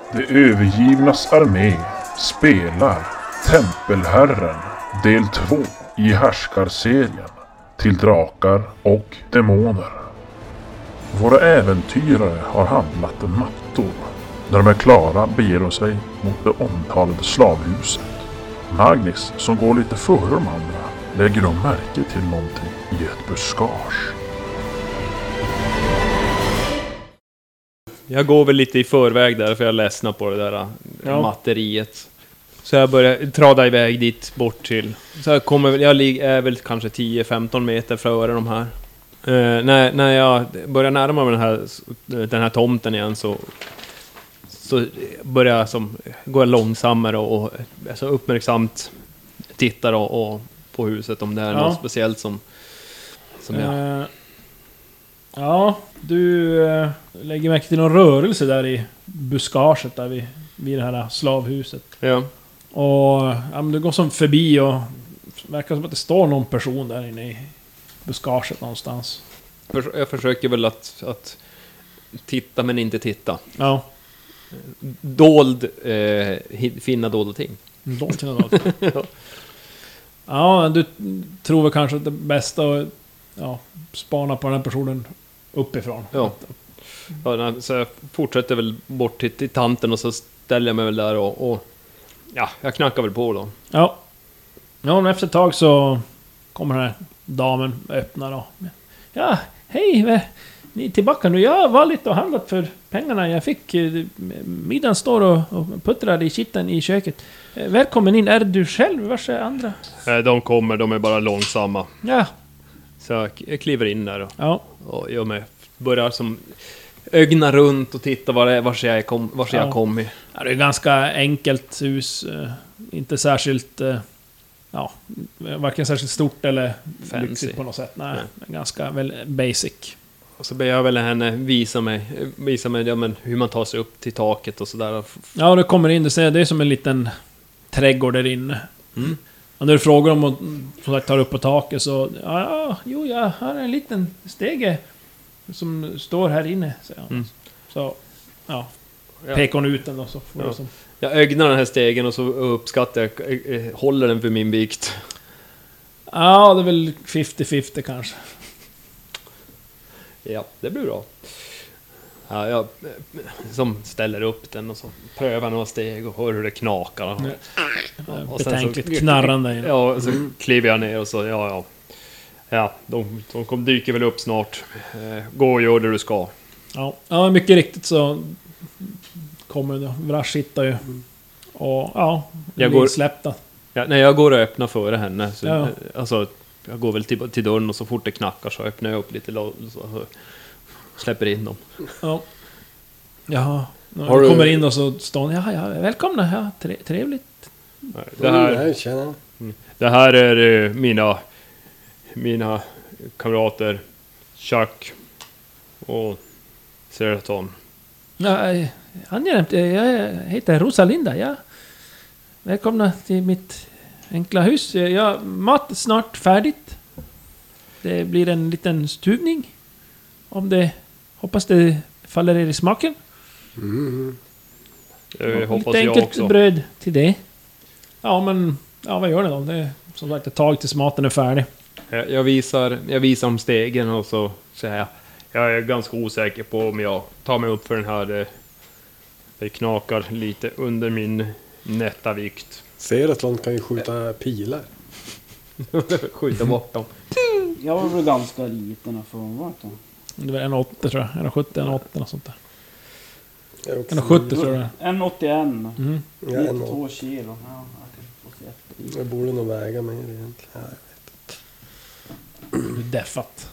De övergivnas armé spelar Tempelherren del 2 i härskarserien till drakar och demoner. Våra äventyrare har handlat mattor. När de är klara beger de sig mot det omtalade slavhuset. Magnus, som går lite före de andra, lägger de märke till någonting i ett buskage. Jag går väl lite i förväg där, för jag ledsnar på det där materiet. Så jag börjar trada iväg dit bort till. Så jag är väl kanske 10-15 meter före de här. När jag börjar närma mig den här tomten igen, så börjar jag gå långsammare och så uppmärksamt tittar och på huset, om det är något speciellt som jag... Ja, du lägger märke till någon rörelse där i buskaget där vid det här slavhuset. Ja. Och men du går som förbi och verkar som att det står någon person där inne i buskaget någonstans. Jag försöker väl att titta men inte titta. Ja. Finna dolda ting. Ja, du tror väl kanske att det bästa är att spana på den här personen uppifrån. Ja. Så jag fortsätter väl bort till tanten och så ställer jag mig väl där och jag knackar väl på då. Ja, men efter ett tag så kommer den här damen och öppnar då. Ja, hej, ni är tillbaka nu. Jag var lite och handlat för pengarna. Jag fick middagen står och puttrar i kitteln i köket. Välkommen in. Är du själv? Vars är andra? De kommer, de är bara långsamma. Ja. Så jag kliver in där då. Ja. Och jag börjar ögna runt och titta vars jag kom i. Ja, det är ganska enkelt hus. Inte särskilt... varken särskilt stort eller lyxigt på något sätt. Nej, ganska väl basic. Och så ber jag väl henne visa mig hur man tar sig upp till taket och sådär. Ja, du kommer in, det är som en liten trädgård där inne. Mm. Och när du frågar om att ta upp på taket så... jag har en liten stege som står här inne. Så pekar hon ut den och så får du som... Jag ögnar den här stegen och så uppskattar jag håller den för min vikt. Ja, det är väl 50-50 kanske. Ja, det blir bra. Ja, jag ställer upp den och så prövar några steg och hör hur det knakar. Och betänkligt knarrande. Ja, och så kliver jag ner och så de dyker väl upp snart. Gå och gör det du ska. Ja, mycket riktigt så kommer det. Vrash hittar ju. Och jag går släppta. Ja, när jag går och öppnar före henne så, alltså jag går väl till dörren och så fort det knackar så öppnar jag upp lite så släpper in dem. Ja. Jaha. När du kommer in och så står hon, välkomna, trevligt. Det här är mina kamrater Chuck och Seraton. Ja, angenämt. Jag heter Rosalinda. Ja. Välkomna till mitt enkla hus. Mat är snart färdigt. Det blir en liten stuvning. Hoppas det faller er i smaken. Hoppas jag enkelt också. Bröd till det. Ja, men vad gör ni då? Det är som sagt ett tag tills maten är färdig. Jag visar om stegen och så säger jag är ganska osäker på om jag tar mig upp för den här. Det knakar lite under min nätta vikt. Seratlon kan ju skjuta pilar. Skjuta bort dem. Jag var väl ganska liten för vad då? Det var 1,80 tror jag. 1,70, 1,80 och sånt där. 1,70 tror jag. 1,81. 92 kilo. Jag borde nog väga mer egentligen. Jag vet. Du deffat.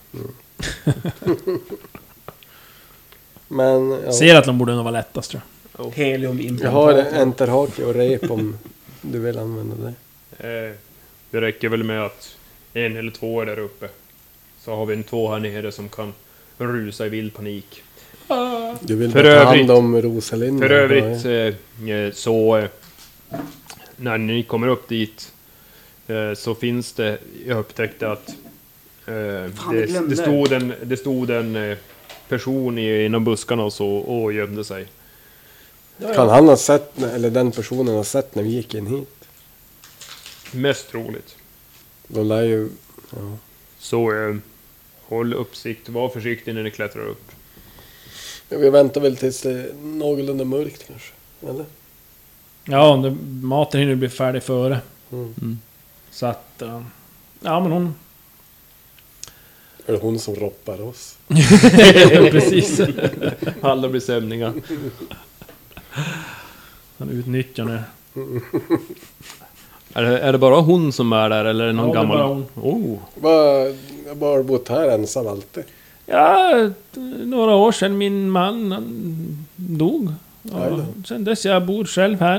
Men ser att de borde nog vara lättast tror jag. Helium. Jag har enterhake och rep om du vill använda det. Det räcker väl med att 1 eller 2 är där uppe. Så har vi 2 här nere som kan rusa i vild panik. Du vill ta hand om Rosalinda. För övrigt så när ni kommer upp dit så finns det, jag upptäckte att det stod en person inom buskarna och gömde sig. Kan han ha sett, eller den personen ha sett när vi gick in hit? Mest troligt. De lär ju... Ja. Så håll uppsikt, var försiktig när ni klättrar upp. Ja, vi väntar väl tills det är någorlunda mörkt kanske, eller? Ja, maten hinner bli färdig före. Så att... ja, men hon... Är det hon som roppar oss? Precis. Alla blir sömniga. Han utnyttjar det. Är det bara hon som är där eller är det någon gammal? Det är bara hon. Jag har bara bott här ensam alltid. Ja, några år sedan min man han dog. Ja, sen dess jag bor själv här.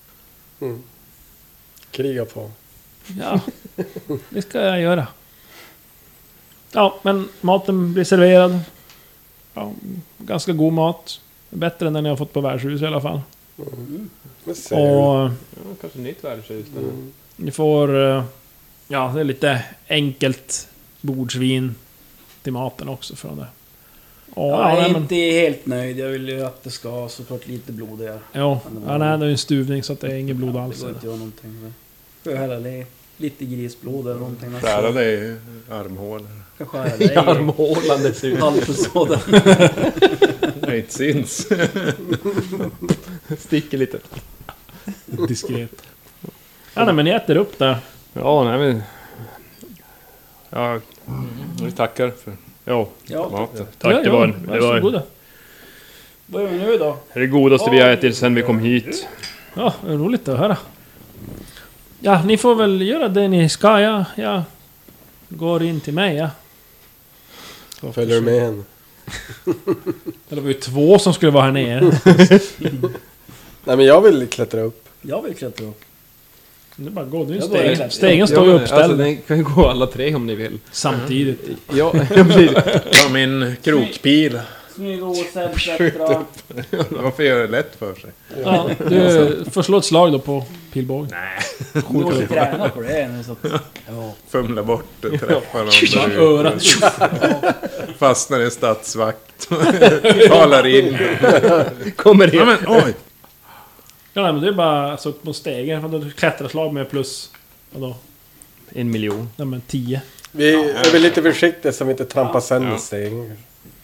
Kriga på. Ja, det ska jag göra. Ja, men maten blir serverad. Ja, ganska god mat. Bättre än den jag har fått på värdshus i alla fall. Och kanske nytt värdshus. ni får... ja, det är lite enkelt bordsvin till maten också från det. Och, Jag är inte helt nöjd. Jag vill ju att det ska ha såklart lite blod där. Ja, nej, det är en stuvning så att det är inget blod alls. Det går inte att göra någonting. Får jag hälla lite grisblod eller någonting. Skära dig i armhål. Kan skära dig i armhålan dessutom. halvpulsåda. Nej, inte syns. Sticker lite. Diskret. Ja, nej, men ni äter upp där. Ja, nej men... Ja, Vi tackar för maten. tack. Det var varsågoda. Vad gör vi nu då? det godaste vi har ätit sen vi kom hit. Ja, det är roligt att höra. Ja, ni får väl göra det ni ska. Jag går in till mig, ja. Följer du med henne? Det var ju 2 som skulle vara här nere. Nej, men jag vill klättra upp. Jag vill klättra upp. Det är bara att gå. Det är Jag stegen. börjar klättra. Stegen står ju uppställd Alltså, den kan ju gå alla 3 om ni vill. samtidigt. Ja, precis. Ta min krokpil. Smyga åt sig, klättra. Varför gör det lätt för sig? Ja, du får slå ett slag då på pilbågen. Du måste träna på det nu så att... Ja. Fumla bort det, träffa någon där Örat. ute. Fastnar i en stadsvakt. Talar in. Kommer Ja, men oj! Ja, nej, men det är bara alltså, upp på stegen. För du klättrar slag med plus... Vadå? 1 miljon. Nej, men 10. Vi är väl lite försiktiga så vi inte trampar sönder stegen.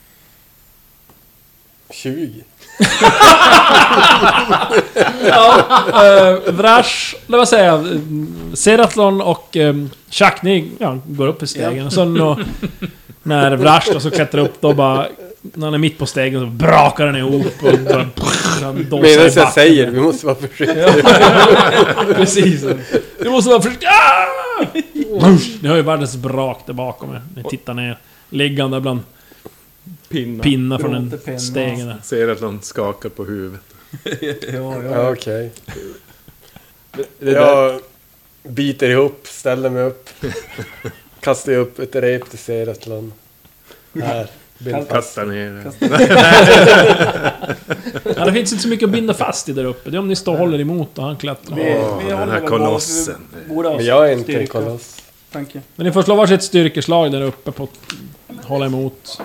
20. Vrash, det vill säga Seratlon och Chuck, ni går upp i stegen. Och så när Vrash då, så klättrar upp då bara... När han är mitt på stegen så brakar den ihop och bara... Medan jag säger, vi måste vara försiktiga. Precis. Du måste vara försiktig. Ni har ju världens brak där bakom er. Ni tittar ner. Liggande bland pinnar från en stegen där. Ser att någon skakar på huvudet. Ja, okej. Jag biter ihop, ställer mig upp. Kastar upp ett rep till Seratlon. Här. Kastar ner. Ja, det finns inte så mycket att binda fast i där uppe. Det är om ni står och håller emot och han klättrar. Den här kolossen. Men jag är inte en koloss. Tanke. Men ni får slå varsitt styrkeslag där uppe på att hålla emot.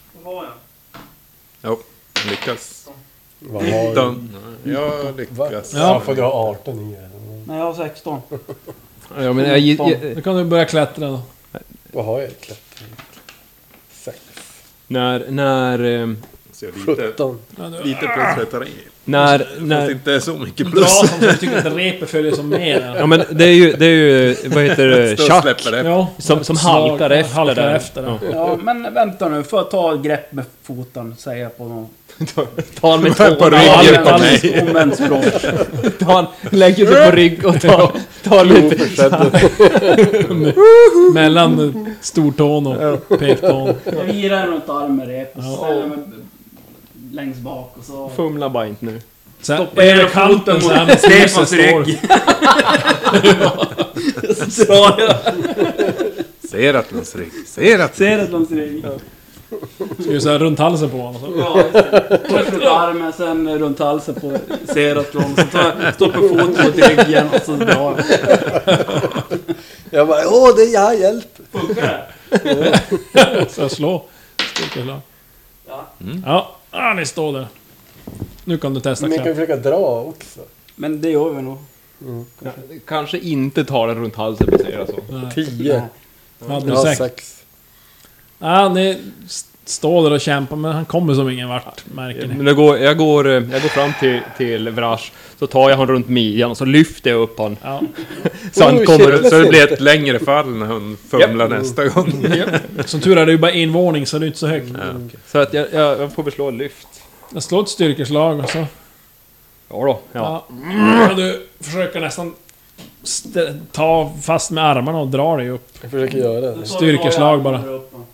Jo, lyckas. Vad har 19. Jag lyckas. Ja. får du ha 18 i. Nej, jag har 16. Ja, men Då kan du börja klättra då. Vad har jag i klättring? 6. när Så jag lite 17. plus klättrar i. när Fast inte så mycket Dra plus. som du tycker att repet följer som mer. ja, men det är ju vad heter det, Stå och Chuck släpper det. Ja, som haltar efter haltar där. efter där. Ja, men vänta nu. Får jag ta ett grepp med foten, säger jag på någon. Ta han med På tårna. ryggen på mig. Omvänt språk. Lägger sig på rygg och tar lite Mellan stortån och pektån. Jag virar runt armen rep och så ställer jag mig längst bak och så... fumla bara inte nu. Så Stoppa är ner det kanten foten så här mot med Stefans står. rygg. Så drar jag. Ser att någons rygg. Ser att Ser ett långt rygg. Ska du säga runt halsen på honom? Så. Ja, först runt armen, sen runt halsen på Seratlon. Så stoppar foten mot ryggen och så drar jag. Jag bara, det är jag, hjälp. Funkar det? Så jag slår. Styrkeslag. Ja. Ja, ni står där. Nu kan du testa Men jag kan klätt. försöka dra också. Men det gör vi nog. Kanske inte ta den runt halsen basera så. 10. Hade du Ja, 6? 6. Ja, ni står där och kämpar, men han kommer som ingen vart, märker ni. Men jag går fram till Vrash, så tar jag honom runt midjan och så lyfter jag upp honom. Ja. Så han kommer... Så det blir ett längre fall när hon fumlar nästa gång. Som tur är det ju bara en våning, så det är inte så högt. Så att jag får beslå lyft. Jag slår ett styrkeslag och så... Ja då. Ja. Ja. Du försöker nästan ta fast med armarna och dra dig upp. Jag försöker göra det. Styrkeslag bara.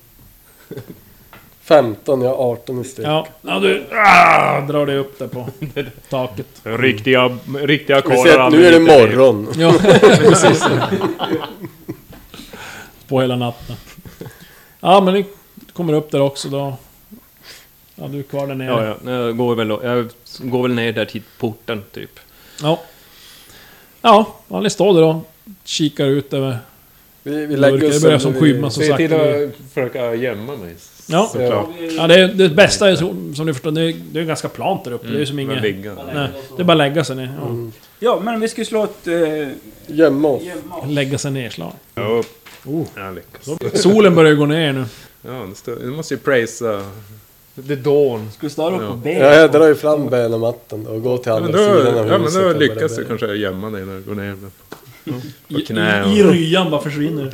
15, jag har 18 i styrka. Ja, du drar dig upp där på taket. Riktiga Vi ser karlar. att nu är det morgon. Ja, precis. På hela natten. Ja, men ni kommer upp där också då. Ja, du är kvar där nere. Ja. Jag går väl ner där till porten, typ. Ja, ni står där och kikar ut över... Vi lägger oss... Det börjar som skymma så Se sagt. till att försöka gömma mig. Ja. Såklart. Ja, det bästa är som ni förstår, det är ganska plant där uppe. Det är som Med inget... ligga. Nej, det är bara att lägga sig ner. Ja. Ja, men vi ska slå ett... Gömma oss. Lägga sig ner slag. Ja, jag lyckas. Solen börjar gå ner nu. Ja, du måste ju prisa... The Dawn. Ska vi stå upp på ben? Ja, jag drar ju fram benmattan och går till andra sidan av men huset. då och lyckas börjar du kanske gömma dig när du går ner. På I knä och... ryan bara försvinner.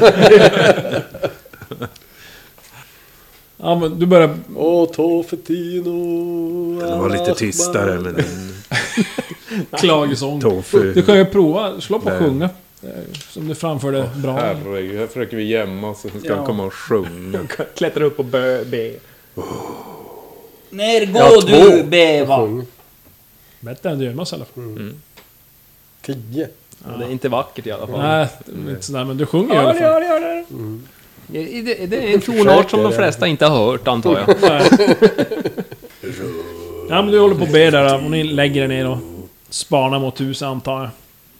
Ja, men du börjar... Åh, Tofetino. Det var lite tystare med din klagesång. tofu. Du kan ju prova, slå på Nej. sjunga. Som du framförde bra. Herregud, här försöker vi gömma oss och sen ska han komma och sjunga. Klättrar upp och be. Ner, gå Ja, du, 2. beva! Bättre än du gömmer oss i alla fall. 10. Ja. Det är inte vackert i alla fall. Nej, inte sådär, men du sjunger i alla fall. Det är en tonart som de flesta inte har hört, antar jag. Nej. Ja, men du håller på att be där och ni lägger er ner och spanar mot huset, antar jag.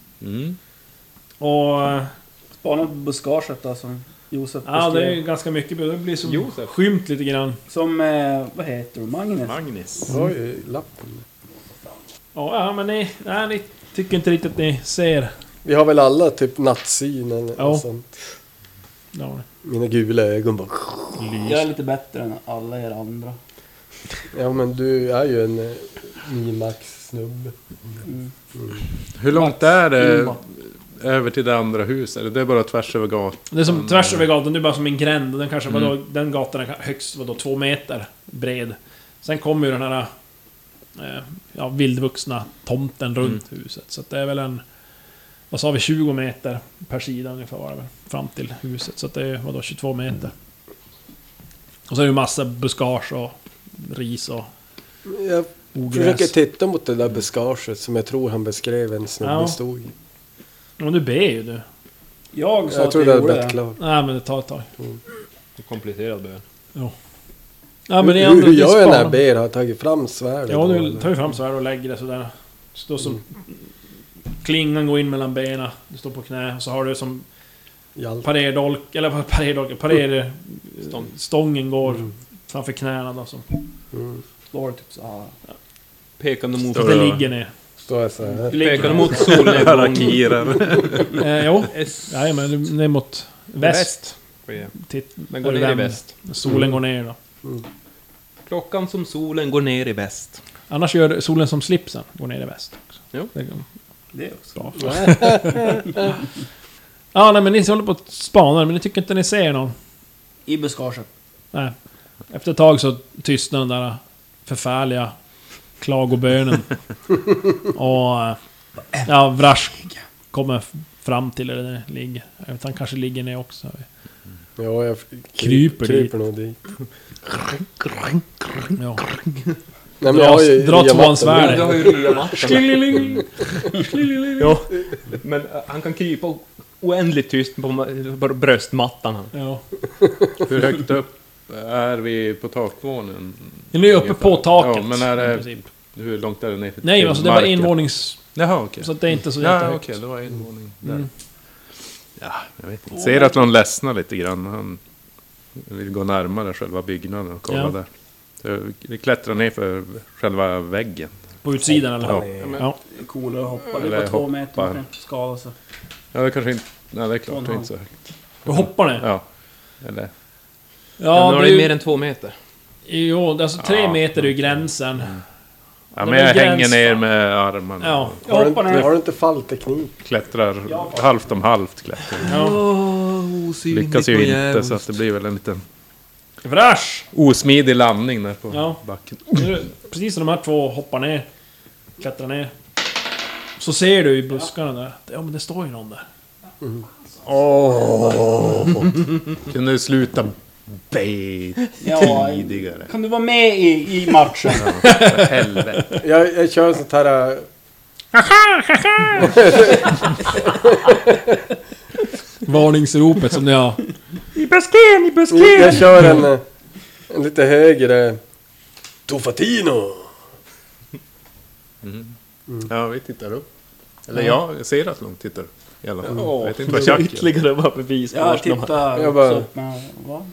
Och... Spana på buskaget då, som Josef Ja, det är beskrev. ganska mycket. Det blir som Josef. skymt lite grann. Som, vad heter du? Magnus? Magnus. Oj, lappen. Ja, men ni tycker inte riktigt att ni ser. Vi har väl alla typ nattsyn eller Ja. något sånt. Ja, Mina gula ögon bara... Jag är lite bättre än alla er andra. Ja, men du är ju en Nimax-snubbe. Hur långt är det över till det andra huset? Det är bara tvärs över gatan. det är som tvärs över gatan, det är bara som en gränd. Den kanske var då, den gatan är högst 2 meter bred. Sen kommer ju den här vildvuxna tomten runt huset. Så att det är väl en... Vad sa vi? 20 meter per sida ungefär var det väl, fram till huset. Så att det är 22 meter. Och så är det ju massa buskage och ris och Jag ogräs. försöker titta mot det där buskaget som jag tror han beskrev en snubbe Ja. stod i. Men du ber ju du. Jag sa Jag att tror jag det är gjorde bättre det. klart. Nej, men det tar ett tag. Komplicerad bön. Ja, men ni Hur andra, ni gör jag när spanar. jag ber? Har jag tagit fram svärdet? Ja, då, du eller? tar ju fram svärd och lägger det sådär. Står som... Klingan går in mellan benen. Du står på knä. Och så har du som Hjälp. parerdolk... Eller parer... Stången går framför knäna då. Som, Står typ så här. Pekande mot... så det ligger ner. Står jag så här. Pekande mot solnedgång. Harakirar. Jo. Nej, men det är mot väst. Titt, Men går ner i väst. Solen går ner då. Klockan som solen går ner i väst. Annars gör solen som slipsen. Går ner i väst också. Jo. Det är Det är också. bra. Ja, nej, men ni håller på att spana, men ni tycker inte ni ser någon. I buskaget. Nej. Efter ett tag så tystnar den där förfärliga klagobönen. Och ja, Vrash kommer fram till där det ligger. Han kanske ligger ner också. Ja, jag Kryper nog dit. Ja. Nej, men jag har ju Dra diamanten. tvåansvärdet. Du har ju ryamattan. Ja, men han kan krypa oändligt tyst på bröstmattan. Han. Ja. Hur högt upp är vi på takvåningen? Ni är uppe på taket. Ja, men är i det... princip. Hur långt är det ner till Nej, alltså det var marken? envånings... Jaha, okej. Så att det är inte så Ja, jättehögt. okej, det var en våning där. Mm. Ja, jag vet inte. Ser att någon ledsnar lite grann. Han vill gå närmare själva byggnaden och kolla Ja. där. Vi klättrar ner för själva väggen. På utsidan eller? Ja. Ja. Det är coolare att hoppa. Det är Eller bara 2 meter hoppar. man kan skada sig. Ja, det kanske inte... Nej, det är klart. Det är inte så högt. Då hoppar ni? Ja. Eller... Ja, Ja, nu är det mer än 2 meter. Jo, alltså 3 meter är ju gränsen. Ja, Det men är jag hänger gräns, ner va? med armarna. Ja. och Har du inte fallteknik? Klättrar halvt om halvt klättrar. Lyckas ju inte så att det blir väl en liten Vrash! osmidig landning där på Ja. backen. Nu, precis som de här två hoppar ner, klättrar ner. Så ser du i buskarna där. Ja men det står ju någon där. Kunde du sluta Ja, tidigare? kan du vara med i matchen? För helvete. Jag kör sånt här... Varningsropet som ni har. Jag kör en lite högre... Tofatino! Ja, vi tittar upp. Eller jag ser att de tittar upp. I alla fall. Ja. Jag vet inte vad Chuck gör. Ytterligare bara bevis på Ja, vart de har... titta. Jag bara- Så, men, va?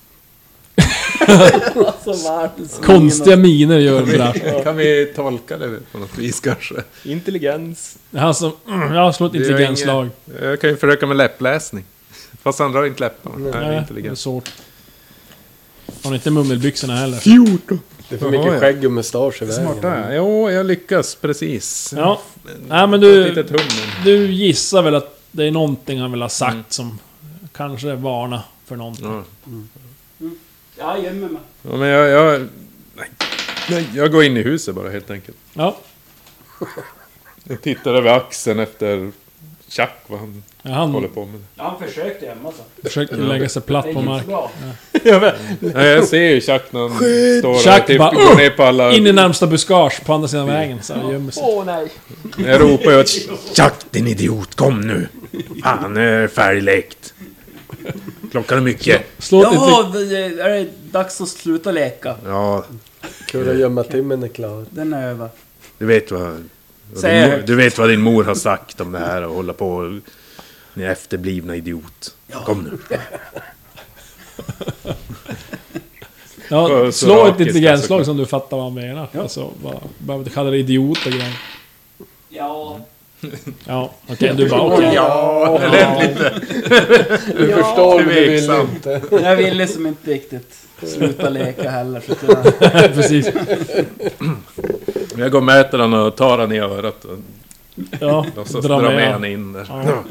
Alltså världens Konstiga miner gör Vrash. Kan vi tolka det på något vis kanske? Intelligens. Det är han som... Jag har slått Det är intelligensslag. Jag kan ju försöka med läppläsning. Fast han drar inte läpparna. Nej, Nej, det är intelligent. svårt. Har ni inte mummelbyxorna heller? 14! Det är för Jaha, mycket ja. skägg och mustasch i vägen. Smarta är. Jo, jag lyckas precis. Ja. Nej men Ett du... litet hummen. Du gissar väl att det är någonting han vill ha sagt som... Kanske varna för någonting. Ja. Ja, jag gömmer mig. Ja, men nej, jag går in i huset bara helt enkelt. Ja. Jag tittar över axeln efter Chuck, vad han Ja, han håller på med. Ja, han försökte gömma sig. försökte lägga sig platt Det på gick så marken. bra. Nej, jag ser ju Chuck när han står Chuck och typ bara, går ner på alla... In i närmsta buskage på andra sidan vägen. Så han gömmer sig. Åh nej! Jag ropar ju åt Chuck, din idiot, kom nu! Fan, nu är det färglekt. Klockan är mycket. Slå ett Ja, är det dags att sluta leka? Ja, Kurra gömma timmen är klar. Den är över. du vet vad... Säg högt. Du vet vad din mor har sagt om det här och hålla på... Ni efterblivna idiot. Kom nu. Ja, Så slå ett rakiska intelligensslag såklart. som du fattar vad han menar. Alltså, behöver inte kalla det idiot och grejer. Ja. Ja, okej, du bara okej. Ja, det lät lite... Du förstår men du vill tveksam. inte. Jag ville som inte riktigt sluta leka heller. Så att jag... Precis. Jag går och möter honom och tar han i örat Ja, och så dra drar med med han han. in där. Ja.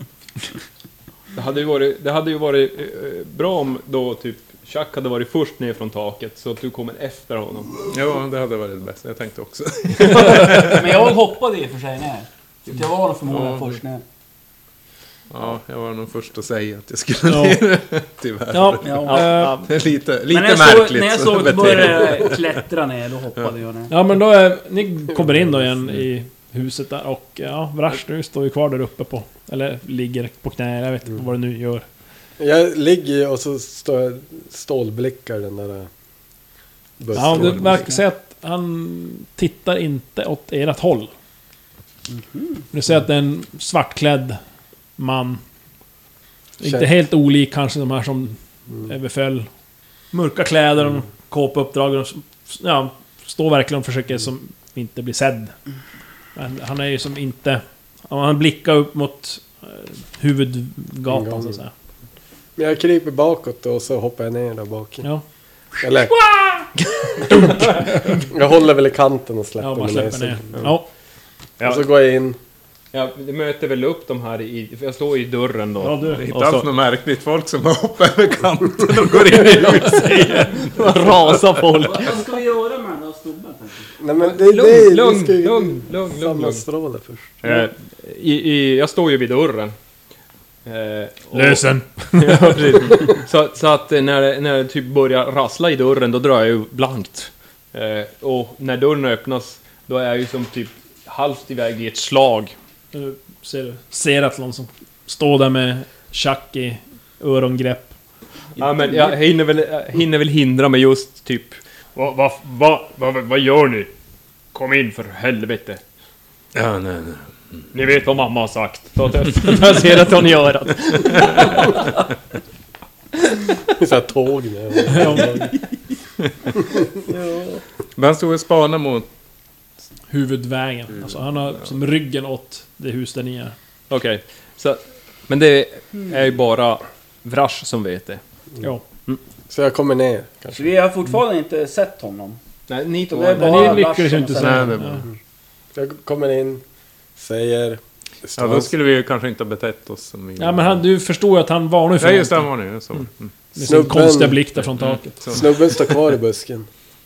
Det hade ju varit bra om då typ Chuck hade varit först ner från taket så att du kommer efter honom. Ja, det hade varit det bästa. Jag tänkte också. Men jag hoppade i och för sig ner. Så jag var nog förmodligen först ner. Ja, jag var nog först att säga att jag skulle Ja. ner. Tyvärr. Ja, Ja. Det är lite Men när märkligt. när jag såg att du började klättra ner, då hoppade jag ner. ja, men då är... Ni kommer in då igen i huset där och ja, Vrash, du står ju kvar där uppe på... Eller ligger på knä, jag vet inte vad du nu gör. Jag ligger och så står jag stålblickar den där bussen. Ja, det verkar säga att han tittar inte åt ert håll. Du ser att det är en svartklädd man. Inte helt olik kanske de här som överföll. Mörka kläder och kåpuppdrag. Och ja, står verkligen och försöker som inte bli sedd. Men han är ju som inte... Han blickar upp mot huvudgatan så att säga. Men jag kryper bakåt och så hoppar jag ner där bak. Ja, Eller... jag håller väl i kanten och släpper ja man mig släpper så- ner. Ja, Och så går jag in. Ja, det möter väl upp de här i... För jag står i dörren då. ja du. Det är inte Och alls så något märkligt. Folk som hoppar över kanten och går in i huset igen. rasar folk. Vad ska vi göra med den där stubben? Nej men det Lugn, ska ju lugn. sammanstråla först. Jag står ju vid dörren. Lösen! Ja, precis. Så att när det typ börjar rassla i dörren, då drar jag ju blankt. Och när dörren öppnas, då är jag ju som typ halvt iväg i ett slag. Nu ser du Seratlon som står där med Chuck i örongrepp. Ja, men jag hinner väl hindra mig just typ... Vad gör ni? Kom in för helvete. Ja, nej. Ni vet vad mamma har sagt. Så jag ser att hon gör det. Så här tåg nu. Men han stod och spanade mot... Huvudvägen. Alltså han har som ryggen åt det hus där ni är. Okej, så... Men det är ju bara Vrash som vet det. Ja. Så jag kommer ner kanske. Vi har fortfarande inte sett honom. Nej, ni tog Det är Men bara ni lyckades ju Vrash inte som säga. har Nej, sett. det var- Jag kommer in, säger... Ja, då skulle vi ju kanske inte ha betett oss som vi Ja, men du förstår ju att han varnar ju för Ja, just det, han någonting. var nu. Så. Mm. Med sin Snubben- konstiga blick där från taket. Så. Snubben står kvar i busken.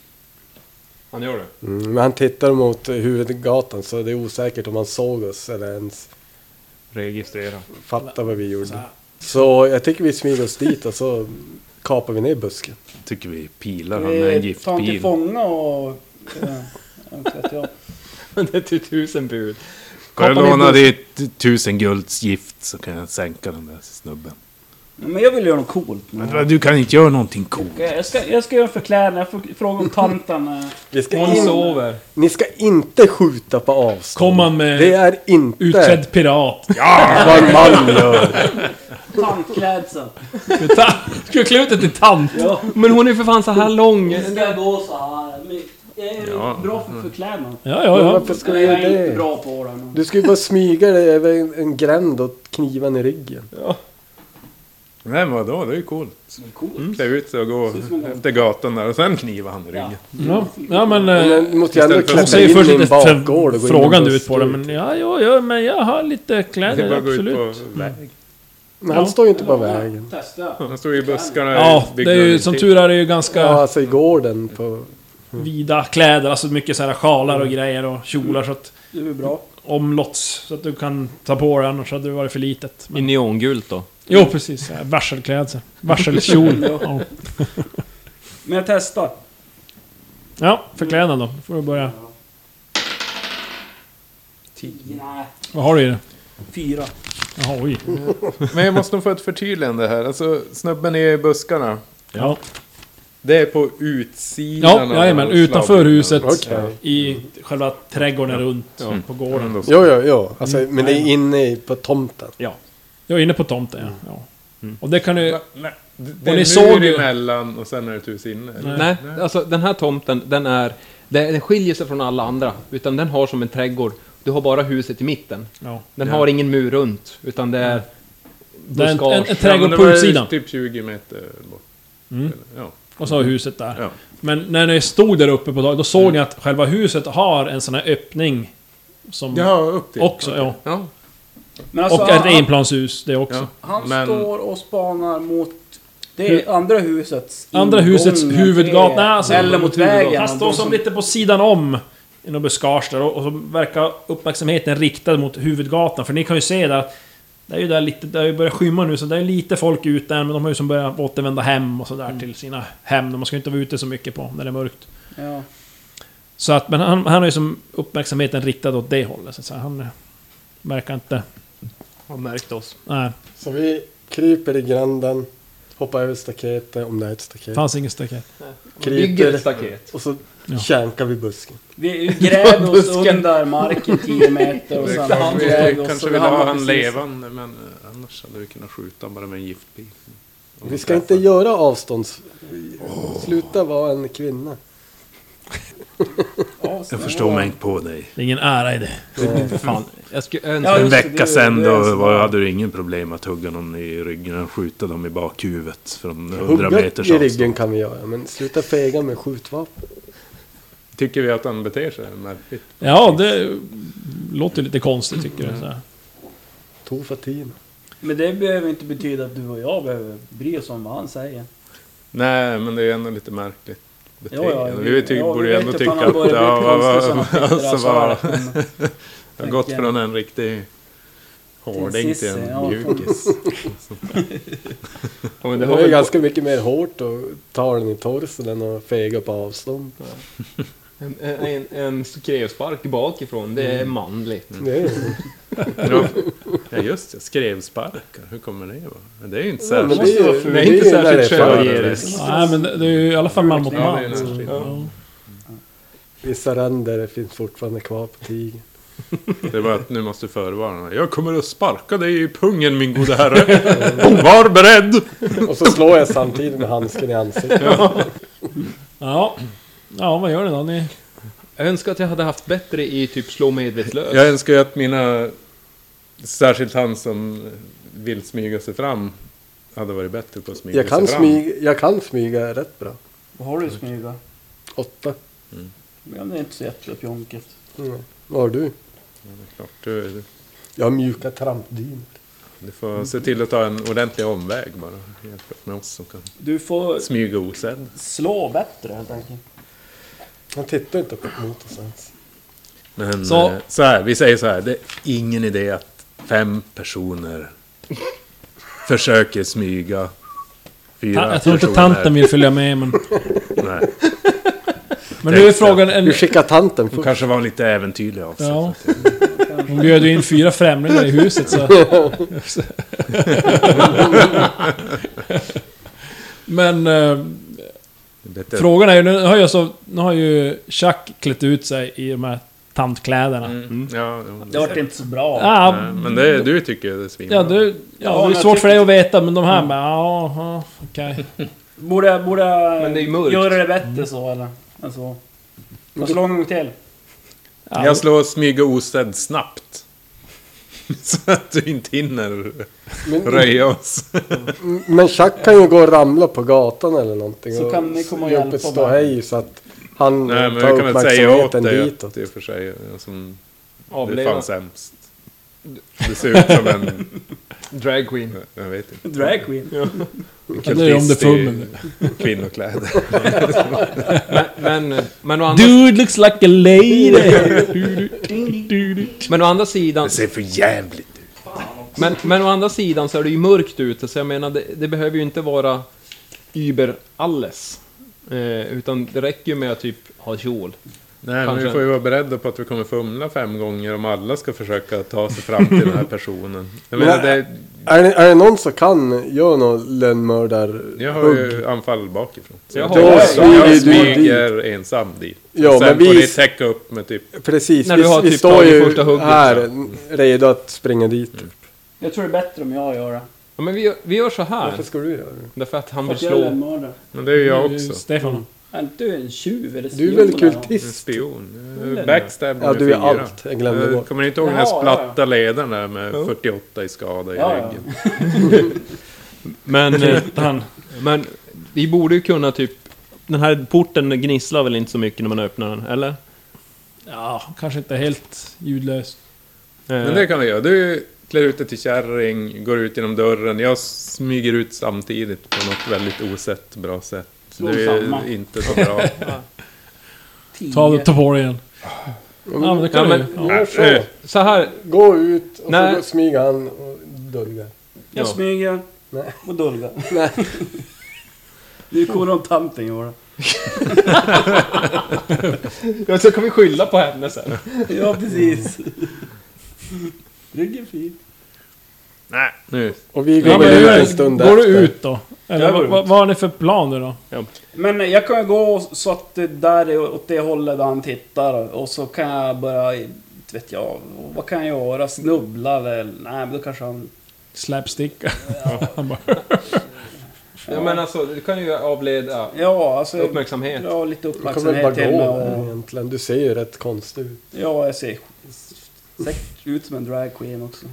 Han gör det. Men han tittar mot huvudgatan så det är osäkert om han såg oss eller ens Registrera. fattar vad vi gjorde. Så jag tycker vi smyger oss dit och så kapar vi ner busken. Tycker vi pilar han med en Vi tar honom till giftpil. fånga och... inte vet jag. Det är till 1000 bud. Kan jag Kapar ni låna buss- ditt 1000 gulds gift så kan jag sänka den där snubben. Men jag vill göra något coolt. Men du kan inte göra någonting coolt. Jag ska göra förklädnad. Jag får fråga om tanten. Vi ska Hon in, sover. ni ska inte skjuta på avstånd. Kom han med Det är inte utklädd pirat. vad en man gör. Tantklädsel. Ska klä ut det till tant? Ja. Men hon är för fan så här lång. Det ska gå så här. Men jag är Ja. bra för förklädnad. Ja. Varför ska Men du jag göra är inte det? bra på den. Du ska ju bara smyga dig över en gränd och knivan i ryggen. Nej men vadå, det är ju coolt. Coolt. Klä ut sig och gå efter gatan där och sen kniva han i ryggen. Ja, men... Men du måste ju ändå Istället för- Hon klättra ser ju in först i en lite bakgård och gå in i en frågande buss. ut på det, men ja, men jag har lite Det är kläder, bara att gå ut absolut. på väg. Men han står ju inte på vägen. Testa. Han står ju i buskarna. Ja, i det är ju, byggnaden som till. tur är det ju ganska Ja, alltså i gården på... vida kläder, alltså mycket så här sjalar och grejer och kjolar så att Det är bra. omlotts så att du kan ta på dig, annars hade det varit för litet. I Men, neongult då. jo, precis. Ja, varselklädsel. Varselkjol. Ja. Men jag testar. Ja, förklädnad då. Då får du börja. Nej, Vad har du i det? 4. Jaha, oj. Men jag måste nog få ett förtydligande här. Alltså snubben i buskarna. Ja, Det är på utsidan ja jajamän. av Utanför slagbyggnaden. huset. Okej. I själva trädgården runt på gården. Jo. Alltså, men det är inne på tomten. Ja. Jag är inne på tomten, ja. Och det kan du... Nej, det Och är ni en såg mur ju- emellan och sen är det ett hus inne. eller? Nej. Nej, alltså den här tomten, den skiljer sig från alla andra. Utan den har som en trädgård. Du har bara huset i mitten. Ja. Den har ingen mur runt, utan det är... Det är en Ja, trädgård men på det var utsidan. typ 20 meter bort. Mm. Ja. Och så har huset där. Ja. Men när ni stod där uppe på dagen, då såg ni att själva huset har en sån här öppning. Som Ja, upp till. också, ja. Ja. Men alltså, Och ett han, enplanshus, det också. Ja. han Men- står och spanar mot det andra husets Andra husets ingång huvudgata. till- Nej, alltså, eller mot vägen. Han står som lite på sidan om i någon buskage där och så verkar uppmärksamheten riktad mot huvudgatan. För ni kan ju se där att det är ju där lite, det har ju börjat skymma nu så det är lite folk ute men de har ju som börjat återvända hem och sådär till sina hem. Man ska ju inte vara ute så mycket på när det är mörkt. Ja. Så att, men han har ju som uppmärksamheten riktad åt det hållet så att säga. Han verkar inte... Har märkt oss. Nej, Så vi kryper i gränden, hoppar över staketet, om det är ett staket. det fanns ingen staket. Bygger ett staket. Och så Ja. känkar vi busken. Vi gräver oss under marken 10 meter och Det är sen klart, han vi gräver oss kanske och vill vi ha hamnar han precis- levande men annars hade vi kunnat skjuta bara med en giftpil. Om Vi vi ska träffar. inte göra avstånds... Sluta vara en kvinna. Ja, Jag förstår mig inte på dig. Det är ingen ära i det. Fan, jag skulle önska... Ja, En just det, vecka det- sedan det är då så. hade du ingen problem att hugga någon i ryggen och skjuta dem i bakhuvudet från 100 Hugga meters i ryggen avstånd. kan vi göra, men sluta fega med skjutvapen. Tycker vi att han beter sig märkligt? Ja, det låter lite konstigt tycker jag. Så här. Tog fatin. Men det behöver inte betyda att du och jag behöver bry oss om vad han säger. Nej, men det är ändå lite märkligt beteende. Ja, Borde ju ändå vet tycka att att han börjar bli konstig som alltså, Peter, jag har gått från en riktig hårding till Sisse, en ja. mjukis. Ja, men Det det har är väl ganska mycket mer hårt att ta den i torsen än att fega på avstånd. en skrevspark bakifrån, det är manligt. Det är Ja just det, skrevsparkar. Hur kommer det vara? Det är ju inte Ja, men särskilt... det är ju- Det är inte ju när särskilt det är för- sjögeriskt. Nej, men det är ju i alla fall man mot Ja, man. det är nästan. Ja. Vissa ränder finns fortfarande kvar på tigen. Det var att nu måste förvarna. Jag kommer att sparka dig i pungen min gode herre. Var beredd! Och så slår jag samtidigt med handsken i ansiktet. Ja, Ja. Ja, vad gör ni då? Ni... Jag önskar att jag hade haft bättre i typ slå medvetslös. Jag önskar ju att mina... Särskilt han som vill smyga sig fram hade varit bättre på att smyga sig fram. Jag kan smyga rätt bra. Vad har du smyga? 8. Men det är inte så jättepjonkigt. Vad har du? Ja, det är klart, du Jag har mjuka trampdyner. får se till att ta en ordentlig omväg bara. Jämfört med oss som kan Du får smyga osedd. slå bättre helt enkelt. Han tittar inte mot oss ens. Men Så- så här, vi säger så här. Det är ingen idé att 5 personer försöker smyga. 4 Jag tror inte personer. tanten vill följa med, men... Nej. Men nu är frågan... Du skickar tanten Hon först. kanske var lite äventyrlig av sig. Ja. Hon bjöd ju in 4 främlingar i huset, så... Men... Bättre. Frågan är ju... Nu har ju Chuck klätt ut sig i de här tantkläderna. Ja, Det vart inte så bra. Ja, nej, men det, du tycker det är svinbra. ja, det Ja, är jag svårt för tycker- dig att veta, men de här med... Ja, okej. Borde jag Men det är ju mörkt. göra det bättre så eller? Alltså. Jag slår en gång till. Ja, Jag slår smyga osedd snabbt. Så att du inte hinner röja oss. Men Chuck kan ju gå och ramla på gatan eller någonting. Så kan ni komma och ge upp hjälpa ett ståhej så att han Nej, men tar vi kan väl säga åt uppmärksamheten dig ditåt. att i och för sig som det är Avleva. fan sämst. Det ser ut som en... Drag queen. Jag vet inte. Drag queen. En Ja, det är om det kultist i fummel. kvinnokläder. Men å andra, Dude looks like a lady! men å andra sidan... Det ser för jävligt ut. Men å andra sidan så är det ju mörkt ute, så jag menar, det behöver ju inte vara über alles. Utan det räcker ju med att typ ha kjol. Nej, men Kanske. vi får ju vara beredda på att vi kommer fumla 5 gånger om alla ska försöka ta sig fram till den här personen. Jag menar, det, Är det någon som kan göra någon lönnmördar? jag har ju anfall bakifrån. Så Jag jag, har- jag smyger du smyger ensam dit. Ja, Och sen men får vi- ni täcka upp med typ... Precis, När du har vi typ står tagit ju första hugget, här redo att springa dit. Jag tror det är bättre om jag gör det. Ja, men vi gör så här. Varför ska du göra det? Därför att han För vill att jag är slå... en mördare. Men det är ju jag också. Stefan. Är inte du en tjuv eller Du är väl spion eller något? En kultist? spion. Backstab Ja, med du är 4. allt. Jag glömde bort. Kommer ni inte ihåg den här Jaha, splatta ledaren där med 48 i skada i Ja, ja. ryggen? Men vi borde ju kunna typ... Den här porten gnisslar väl inte så mycket när man öppnar den, eller? Ja, kanske inte helt ljudlöst. Men det kan vi göra. Du klär ut dig till kärring, går ut genom dörren. Jag smyger ut samtidigt på något väldigt osett bra sätt. Slå Det är samma. inte så bra. 10. Ta på det igen. Ja, men det kan Ja, vi. men- Ja. Gör så. Så här... Gå ut och Nej. så smyger han och döljer. Jag smyger Nej. och dulgar. Nej. Det kommer om tanten göra. Ja, så kan vi skylla på henne sen. Ja, precis. Ryggen fin. Nej, nu. Och vi Ja, går men ut en stund går du efter. ut då? Eller Jag går vad har ni för plan nu då? Men jag kan ju gå så att det där är åt det hållet där han tittar. Och så kan jag börja, inte vet jag, vad kan jag göra? Snubbla väl? Nej, men då kanske han... Slapsticka. Han bara... Ja, men alltså, du kan ju avleda Ja, alltså... uppmärksamhet. Ja, lite Du kan väl bara uppmärksamhet till mig. gå Och, egentligen. Du ser ju rätt konstig ut. ja, jag ser säkert ut som en drag queen också.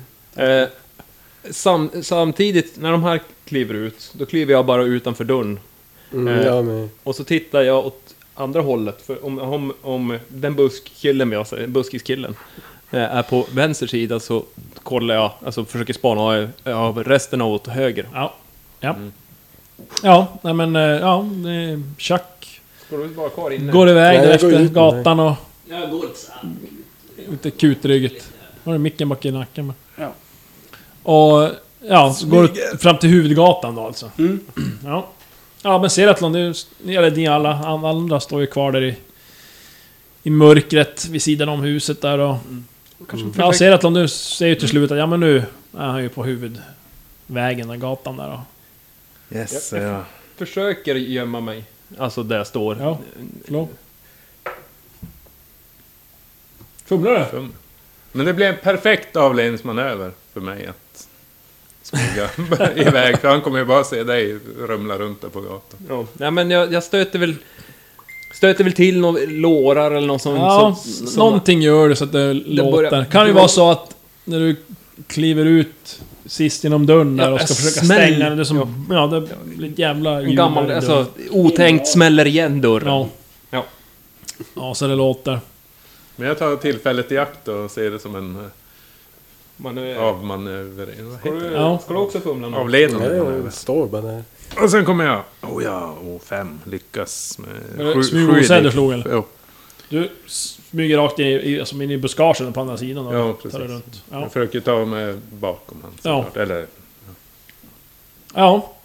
Samtidigt, när de här kliver ut, då kliver jag bara utanför dörren. Jag med. Och så tittar jag åt andra hållet. För om den buskiskillen är på vänster sida, så kollar jag, alltså försöker spana av resten åt höger. Ja. Ja. Ja, nej men... Ja, Chuck Går du bara kvar inne? går iväg Nej, där jag går efter ut med gatan och... Jag går så här. Ute kutrygget. Har du micken bak i nacken med. Ja. Och... Ja, så går du fram till huvudgatan då alltså. Mm. Ja. Ja, men Seratlon, eller ni alla andra står ju kvar där i mörkret vid sidan om huset där och... Ja, Seratlon, du ser ju till slut att ja, men nu är han ju på huvudvägen, där gatan där och... Yes, ja. Försöker gömma mig. Alltså där jag står. Ja, slå. Fumlar du? Men det blir en perfekt avledningsmanöver för mig att smyga iväg. För han kommer ju bara se dig rumla runt där på gatan. Ja. Nej, men jag stöter väl Stöter väl till några lårar eller något sånt. Ja, som någonting gör det så att det låter. börjar- Kan ju vara så att när du kliver ut sist genom dörren där Ja, och ska försöka smäll. stänga den, det är som... Ja, det blir ett jävla en ljud gammal, där i alltså dörren. otänkt smäller igen dörren. Ja. Ja. Ja, så det låter. Men jag tar tillfället i akt och ser det som en Man, avmanövrering. Vad heter det? Ja. Ska du också fumla något? Avledande Nej, manöver. det står bara där. Och sen kommer jag... fem. Lyckas med... Smyg osedd du slog eller? Jo. Du smyger rakt in i buskagen på andra sidan och Ja, tar det precis. runt. Ja. Jag försöker ta mig bakom han Ja. såklart. Eller... Ja.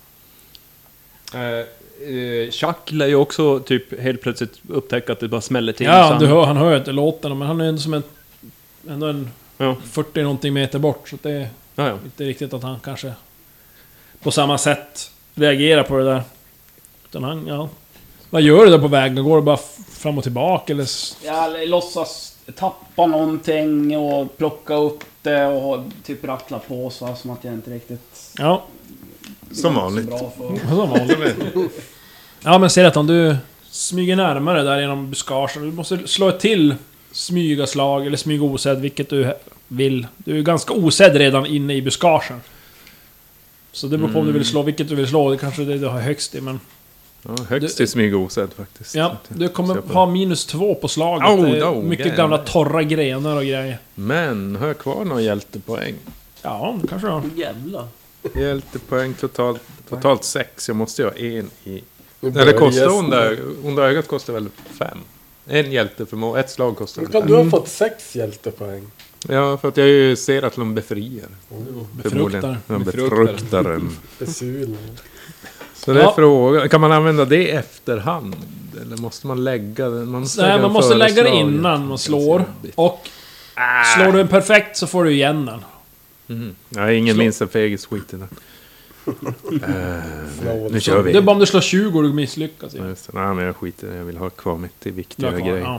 Chuck lär ju också typ helt plötsligt upptäcka att det bara smäller till. Ja, så han hör ju inte låten, men han är ändå som ändå en Ja. 40 någonting meter bort, så det är Ja, ja. inte riktigt att han kanske på samma sätt reagerar på det där. Utan han, ja... Vad gör du där på vägen? Går du bara fram och tillbaka eller... Jag låtsas tappa någonting och plocka upp det och typ rattla på så som att jag inte riktigt... Ja, Som vanligt. Så bra för... som vanligt. Ja, men ser att om du smyger närmare där genom buskagen, du måste slå ett till smygaslag eller smyga osedd, vilket du vill. Du är ganska osedd redan inne i buskagen. Så det beror på om du vill slå, vilket du vill slå. Det kanske är det du har högst i, men... Ja, högst i smyg osedd faktiskt. Ja, du kommer ha -2 på slaget. Oh, Det är no, mycket jävlar. gamla torra grenar och grejer. Men, har jag kvar någon hjältepoäng? Ja, det kanske du har. Jävlar. Hjältepoäng totalt 6. Jag måste ju ha en i... Nu Eller börjar kostar gästen. onda ögat kostar väl 5? En hjälteförmåga, ett slag kostar Hur väl kan 5. du ha fått 6 hjältepoäng? Ja, för att jag ju ser att de befriar. Befruktar. De befruktar en. Besulning. Så det är Ja. frågan, kan man använda det i efterhand? Eller måste man lägga det? Nej, man måste lägga det föreslag. innan man slår. Och slår du en perfekt så får du igen den. Nej, ingen minns en fegis skit i det. Nu kör vi. Det är bara om du slår 20 och du misslyckas. Ja, just det. Nej, men jag skiter i det. Jag vill ha kvar mitt i viktiga grejer. Ja.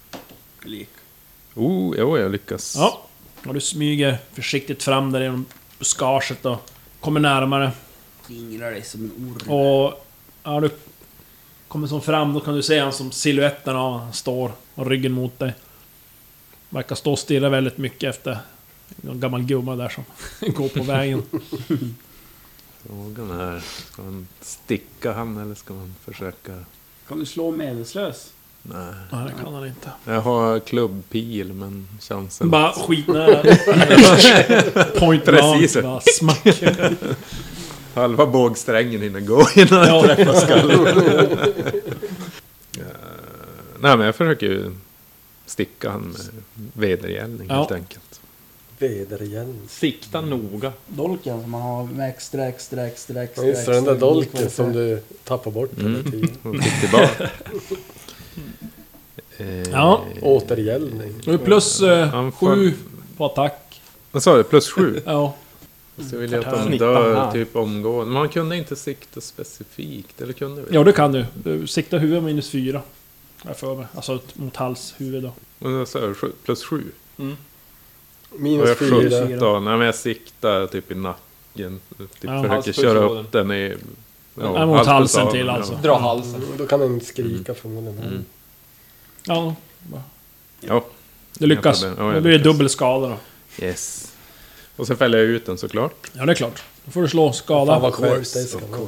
Jo, jag lyckas. Ja. Och du smyger försiktigt fram där genom buskaget och kommer närmare. Fingrar dig som en orm. Och... Ja, du kommer som fram, då kan du se han som siluetten av han står och ryggen mot dig. Verkar stå och stirra väldigt mycket efter en gammal gumma där som går på vägen. Frågan är, ska man sticka han eller ska man försöka... Kan du slå medelslös? Nej. Nej, det kan han inte. Jag har klubbpil, men chansen... Bara skitnära. Point Precis. blank, bara smack. Halva bågsträngen hinner gå innan jag träffar skallen. Nej, men jag försöker ju sticka han med vedergällning helt enkelt. Vedergällning. Sikta noga. Dolken som man har med extra. Ja, just det, den där dolken som du tappar bort hela tiden. Och fick tillbaka. Ja. Återgällning. Du är plus 7 på attack. Vad sa du? Plus 7? Ja. Så vill jag att de Snitta dör här. typ omgående. Man kunde inte sikta specifikt, eller kunde vi? Ja, det kan du. Du siktar huvud -4. Jag för mig. Alltså mot hals, huvud då. Men då sa jag plus 7. Och Minus jag 4. 17. Nej, men jag siktar typ i nacken. Typ Ja, försöker köra upp den i... Ja, mot halsen till ja. alltså. Dra halsen. Då kan den skrika förmodligen. Ja, Ja, det lyckas. Ja, jag Då blir det lyckas. dubbel skada då. yes. Och sen fäller jag ut den såklart. Ja, det är klart. Då får du slå skada. Fan vad skärpt det ska vara.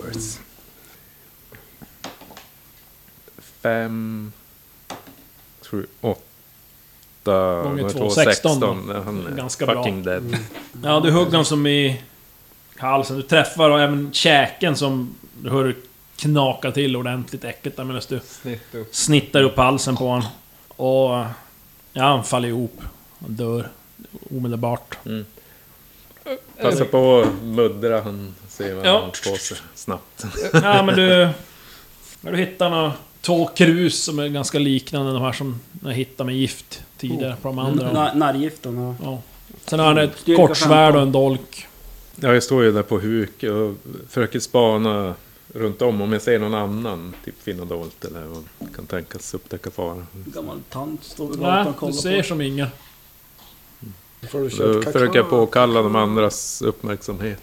5... 7, 8... Gånger 2, 2, 16 då. Han är Ganska fucking dead. Ja, du hugger honom som i halsen. Du träffar och även käken som du hör knaka till ordentligt äckligt där medan du snittar upp halsen på honom. Och ja, han faller ihop. Han dör omedelbart. Passa på att muddra han, ser vad Ja. han har på sig snabbt. Ja, men du... När du hittar några 2 krus som är ganska liknande de här som jag hittade med gift tidigare på de andra. Nergiften. Ja. Sen har han ett Styrka kortsvärd 15. och en dolk. Ja, jag står ju där på huk och försöker spana runt om jag ser någon annan, typ finna dolt eller vad kan tänkas upptäcka fara. Gammal tant står vid Nej, gatan och du kollar ser på. som ingen. Då får du Så köra försöker jag påkalla de andras uppmärksamhet.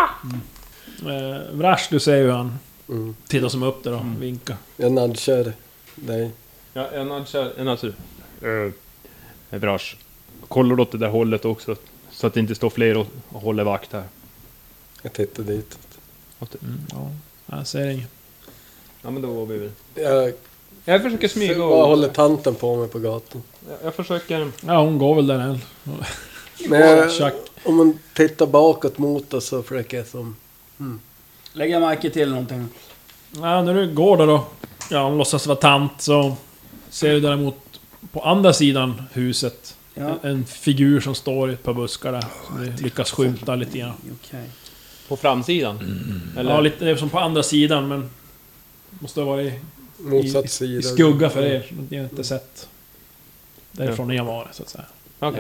Vrash, du ser ju han. Mm. Tittar som upp där och vinkar. Jag nudgar dig. Ja, en alltså... Vrash. Kollar du åt det där hållet också? Så att det inte står fler och håller vakt här. Jag tittar dit. Ja, jag ser inget. Ja, men då var vi väl... Jag försöker smyga vad håller tanten på mig på gatan? Jag försöker... Ja, hon går väl där än. Men Tjack. om man tittar bakåt mot oss så försöker jag som... Lägger märke till någonting. Ja, när du går där då, ja, hon låtsas vara tant, så ser du däremot på andra sidan huset en figur som står i ett par buskar där. Som du lyckas skymta lite grann. Okej. På framsidan? Eller? Ja, lite det är som på andra sidan, men måste ha varit Motsatt sida. i skugga för er. Ni har inte sett därifrån ni har varit, så att säga. Okej.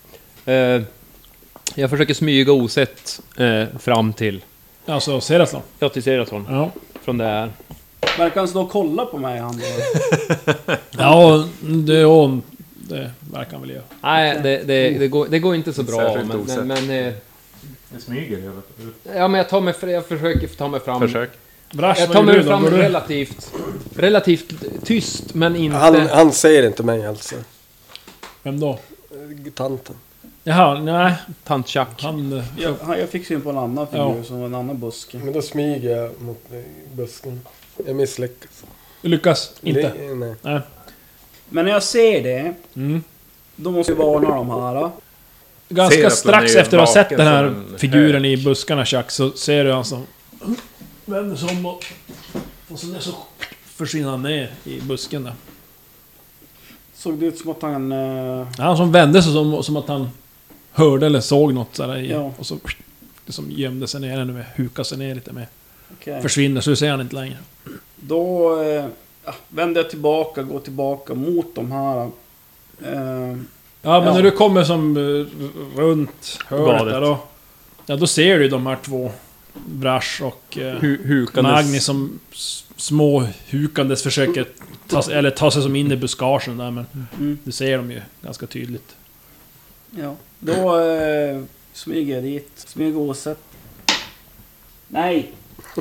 Jag försöker smyga osett fram till... Alltså, Seratlon. Ja, till Seratlon. Ja. Från det här. Verkar han stå och kolla på mig, han? Ja, det verkar han väl göra. Nej, det går inte så bra. Särskilt Men Det smyger ju. ja, men jag försöker ta mig fram. Försök. Brash, Jag tar mig fram relativt tyst, men inte... Han ser inte mig alltså. Vem då? Tanten. Jaha, nej. Tant Chuck. Han... Jag fick syn på en annan figur Ja. som en annan buske. Men då smyger jag mot busken. Jag misslyckas. Lyckas inte. Nej. Nej. Men när jag ser det, Mm. då måste jag varna de här. Ganska Seratlon strax är ju efter att ha sett vaken den här som en figuren i buskarna, Chuck, så ser du alltså... Vänder sig om och så försvinner han ner i busken där. Såg det ut som att han... Han som vände sig som att han hörde eller såg något så där i, Ja. och så det som gömde sig ner ännu mer, hukade sig ner lite mer. Okej. Försvinner, så ser han inte längre. Då vänder jag tillbaka, går tillbaka mot de här. Ja, men Ja. när du kommer som runt hörnet Badet. där då... Ja, då ser du de här två, Brash och Hukandes. Magni, som små hukandes försöker ta sig som in i buskagen där, men du ser dem ju ganska tydligt. Ja. Då smyger jag dit. Smyger osett. Nej!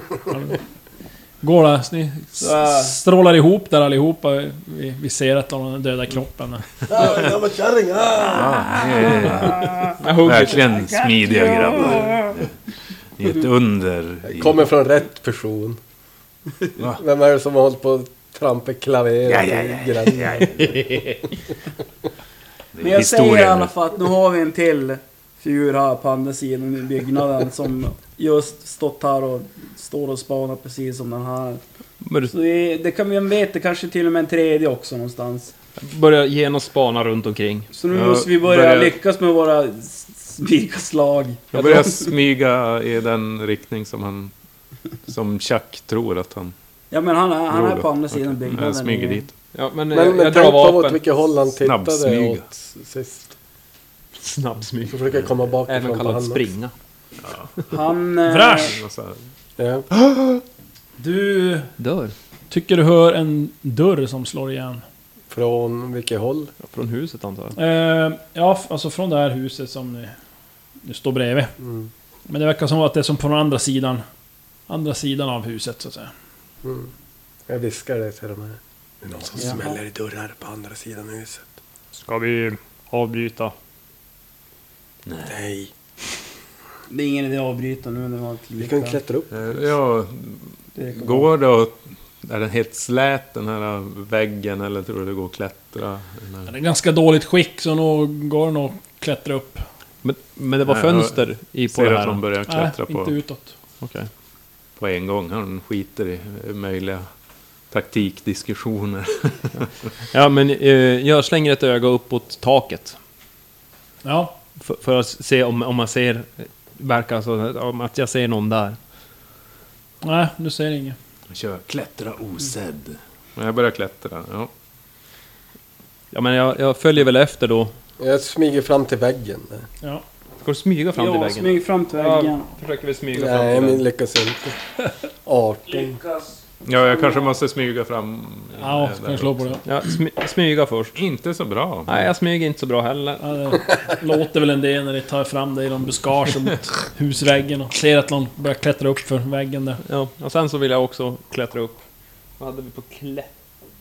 Går där, ni strålar ihop där allihopa. Vi ser att de har den döda kroppen. Jag var kärring! Verkligen smidiga grabbar. Ni är ett under. Kommer från rätt person. Va? Vem är det som har hållit på att trampa klaver? Men jag säger i alla fall att nu har vi en till figur här på andra sidan i byggnaden som just stått här och står och spanar precis som den här. Så det kan vi veta, kanske till och med en tredje också någonstans. Börjar genast spana runt omkring. Så nu måste vi börja lyckas med våra spikaslag. Jag börjar smyga i den riktning som Chuck tror att han... Ja, men han är på andra sidan byggnaden. Jag smyger dit. Ja, men Men jag tänk drar på åt vapen. vilket håll han tittade Snabbsmyga. åt sist. Snabbsmyg. Så försöker jag komma bakifrån Även på kallat honom. springa. Han... Vrash! Och så här, Ja. Du Dör. tycker du hör en dörr som slår igen. Från vilket håll? Från huset antar jag. Ja, alltså från det här huset som ni står bredvid. Mm. Men det verkar som att det är som på den andra sidan av huset, så att säga. Mm. Jag viskar det till de här. Det är någon som smäller i dörrar på andra sidan huset. Ska vi avbryta? Nej. Det är ingen idé att avbryta nu när vi har Vi kan klättra upp. ja, Det kommer går det att... Är den helt slät den här väggen eller tror du det går att klättra? Det är ganska dåligt skick, så nog går det nog att klättra upp. Men det var Nej, fönster i på Ser det att de här. börjar Nej, klättra inte på, utåt. Okej. på en gång. Han skiter i möjliga taktikdiskussioner. Ja, men jag slänger ett öga uppåt taket. Ja, För att se om man ser... Verkar så om att jag ser någon där. nej, du ser inget. Kör klättra osedd. Men jag börjar klättra, ja. Ja, men jag följer väl efter då. Jag smyger fram till väggen. Där. Ja. Ska du smyga fram till Ja, väggen? smyg fram till väggen. Ja, försöker vi smyga fram Nej, till men den. lyckas inte. 18. Ja, jag kanske måste smyga fram... Ja, ska jag slå på det? Ja, smyga först. Inte så bra. Nej, jag smyger inte så bra heller. Ja, det låter väl en del när de tar fram det i någon buskage mot husväggen och ser att någon börjar klättra upp för väggen där. Ja, och sen så vill jag också klättra upp. Vad hade vi på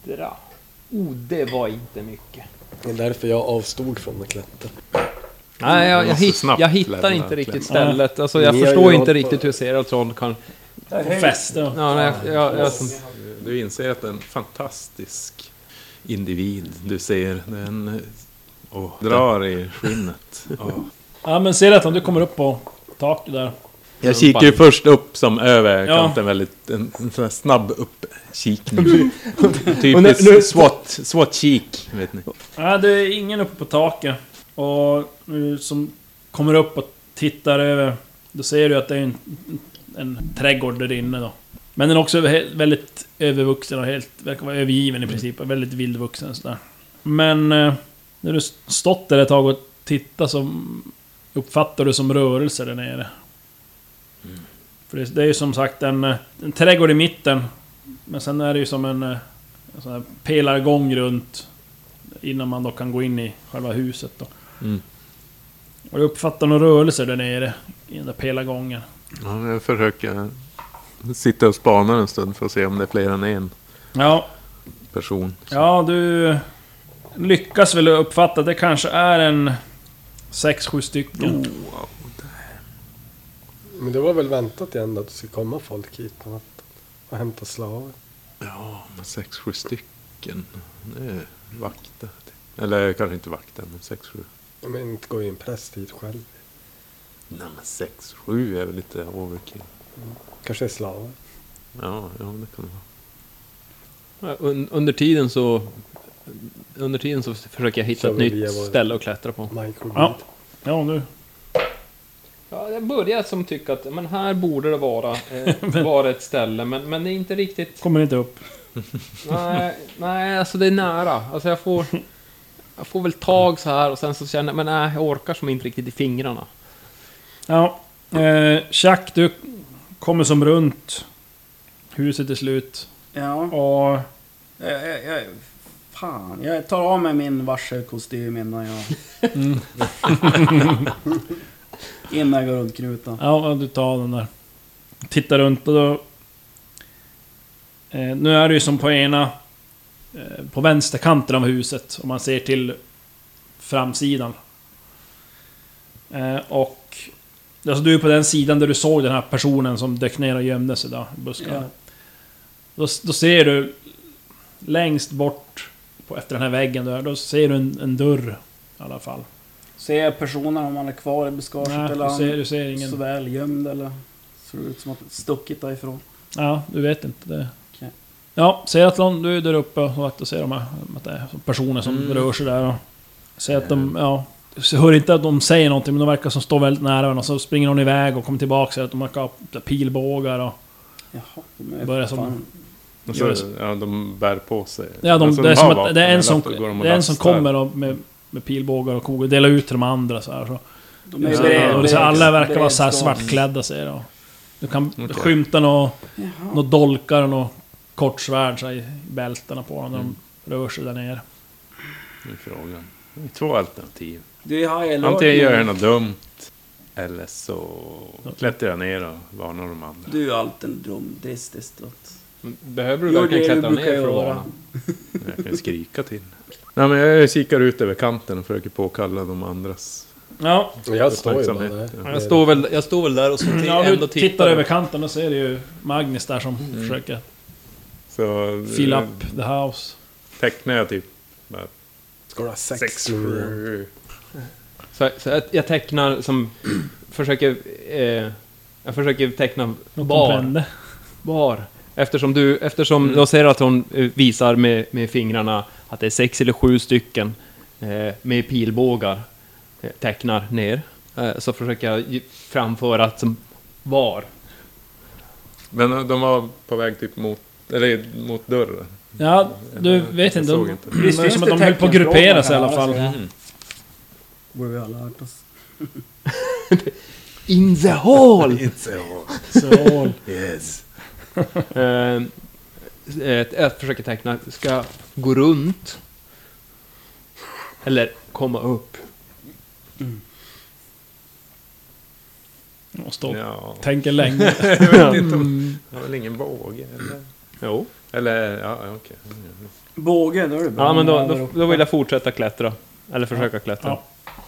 klättra. Det var inte mycket. Det är därför jag avstod från att klättra. Nej, jag hittar inte riktigt stället. Alltså, jag förstår inte riktigt hur Seratlon kan... På fäste. Ja, Du inser att det är en fantastisk individ du ser. Den drar i skinnet. Ja, men ser att om du kommer upp på taket där. Jag kikar ju först upp som över kanten, väldigt en sån här snabb uppkikning. Typiskt SWAT-kik, vet ni. Ja, det är ingen uppe på taket. Och nu som kommer upp och tittar över, då ser du att det är en trädgård där inne då. Men den är också väldigt övervuxen och verkar vara övergiven i princip. Väldigt vildvuxen sådär. Men när du stått där ett tag och tittat så uppfattar du som rörelser där nere. För det är ju som sagt en trädgård i mitten. Men sen är det ju som en sån här pelargång runt innan man då kan gå in i själva huset då. Och du uppfattar några rörelser där nere i den där pelargången. Ja, jag försöker sitta och spana en stund för att se om det är fler än en person. Ja, du lyckas väl uppfatta att det kanske är en 6-7 stycken. Men det var väl väntat igen att det skulle komma folk hit och hämta slavar. Ja, men 6-7 stycken. Det är vakter. Eller kanske inte vakter, men 6-7. Men inte går ju en präst hit själv. Nej, men 6-7 är väl lite overkill. Kanske är slavar. Ja, det kan det vara. Under tiden så försöker jag hitta ett nytt ställe att klättra på. Ja, nu. Ja, jag börjar som tycka att men här borde det vara ett ställe, men det är inte riktigt... Kommer inte upp. Nej, alltså det är nära. Alltså jag får väl tag så här och sen så känner jag, men jag orkar som inte riktigt i fingrarna. Ja, Chuck, du kommer som runt huset till slut. Ja. Och... Fan, jag tar av mig min varselkostym innan jag... innan jag går runt knuten. Ja, du tar den där. Tittar runt och då... nu är det ju som på ena... på vänsterkanten av huset. Om man ser till framsidan. Och... Alltså du är på den sidan där du såg den här personen som dök ner och gömde sig där i buskarna. Ja. Då ser du... Längst bort efter den här väggen där, då ser du en dörr i alla fall. Ser jag personen om man är kvar i buskaget? Nej, eller du ser ingen... så väl gömd eller ser det ut som att stuckit därifrån? Ja, du vet inte det. Okay. Ja, ser att du är där uppe och ser att det är personer som rör sig där och ser att de, så hör inte att de säger någonting, men de verkar som står väldigt nära och så springer de iväg och kommer tillbaka så att de har pilbågar och börjar som... Så, de bär på sig. Ja, alltså, det är som att det är en som kommer och med pilbågar och kogar och delar ut till de andra så här. Så alla verkar vara så här svartklädda, säger jag. Du kan skymta några dolkar och några kortsvärd så här, i bältarna på dem när de rör sig där nere. Det är frågan. Det är 2 alternativ. Antingen gör jag något dumt eller så klättrar jag ner och varnar de andra. Du är alltid dristigt. Behöver du verkligen klättra ner för att varna? Jag kan skrika till. Nej, men jag kikar ut över kanten och försöker påkalla de andras. Ja, jag står ju bara där. Jag står väl där och så du tittar över kanten och ser ju Magnus där som försöker fill up the house. Tecknar jag typ bara ska du ha 6? Så jag tecknar som jag försöker teckna bar. Eftersom jag ser att hon visar med fingrarna att det är 6 eller 7 stycken med pilbågar tecknar ner, så försöker jag framföra att som var. Men de var på väg typ mot dörren. Ja, du vet inte. Det är som att de höll på att gruppera sig i alla fall. Borde vi ha lärt oss. In the hall! Yes. Jag försöker teckna, ska gå runt eller komma upp. Måste tänka länge. Jag vet inte om det var väl ingen båge eller? Jo. Eller, ja okej. Båge, då är det bra. Ja, men då vill jag fortsätta klättra. Eller försöka klättra.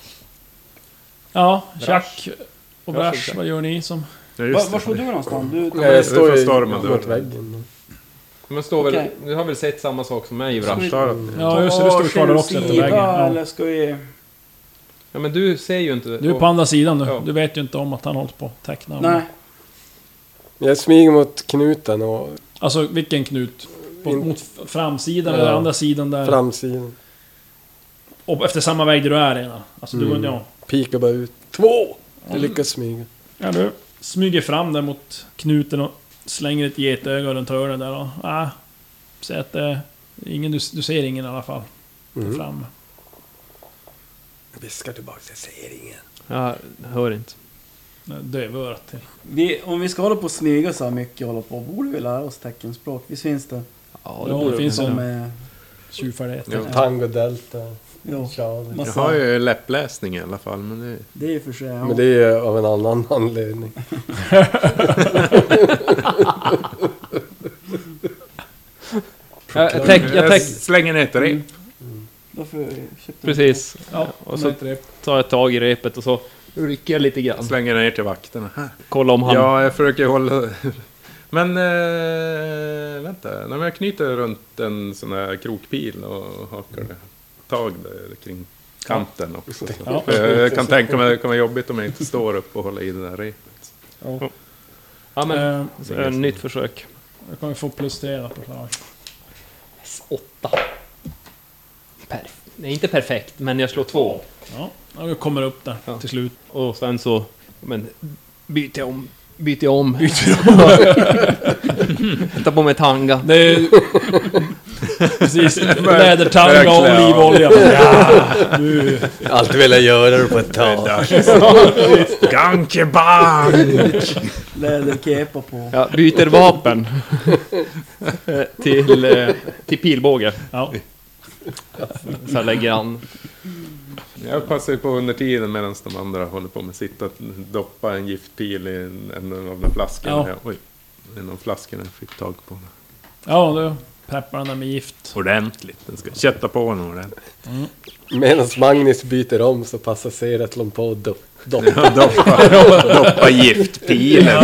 Ja, Jack och Brash, vad gör ni som... Var står du någonstans? Jag står ju stormen mot väggen. Men står väl... Okej. Du har väl sett samma sak som mig, Brash? Ja, just det, du står kvar där också efter vägen. Ja. Eller ska vi... Ja, men du ser ju inte... Du är på andra sidan nu. Ja. Du vet ju inte om att han håller på att teckna. Nej. Jag smyger mot knuten och Alltså, vilken knut? Mot framsidan eller andra sidan där? framsidan. Och efter samma väg där du är redan. Alltså, du Pikar bara ut. 2! Jag lyckas smyga. Ja, du smyger fram där mot knuten och slänger ett getöga runt hörnet där och... Säg att ingen, du ser ingen i alla fall. Fram. Jag viskar tillbaka, jag ser ingen. Jag hör inte. Dövörat till. Om vi ska hålla på och smyga så här mycket hålla på, borde vi lära oss teckenspråk. Visst finns det? Ja, Det finns Som ju är... tjurfärdigheter. Tango Delta. Jo, Charlie. Jag har ju läppläsning i alla fall, men det... det är ju för sig... Ja. Men det är av en annan anledning. Jag slänger ner ett rep. Därför köpte Precis. Ja, Och så tar jag tag i repet och så rycker jag lite grann. Slänger ner till vakterna. Kolla om han... Ja, jag försöker hålla... Men vänta, när jag knyter runt en sån här krokpil och hakar tag där kring kanten också. Ja. Jag kan tänka mig att det kommer vara jobbigt om jag inte står upp och håller i det där repet. Ja, men nytt försök. Jag kommer få plus 3 på slag. 8. Det är inte perfekt, men jag slår 2. Ja, jag kommer upp där till slut. Och sen så... Men byter jag om. Ta på mig tanga. Det är... Precis, lädertanga och olivolja. Du... Alltid velat göra det på ett tag. Gankebank! läderkepa på. Jag byter vapen. till pilbåge. Ja. Så jag lägger an. Jag passar ju på under tiden medan de andra håller på med sitt att doppa en giftpil i en av de flaskorna. Ja. Oj, en av flaskorna jag fick tag på. Ja, du peppar den där med gift. Ordentligt. Den ska kötta på honom ordentligt. Medan Magnus byter om så passar Seratlon på att Doppa giftpilen.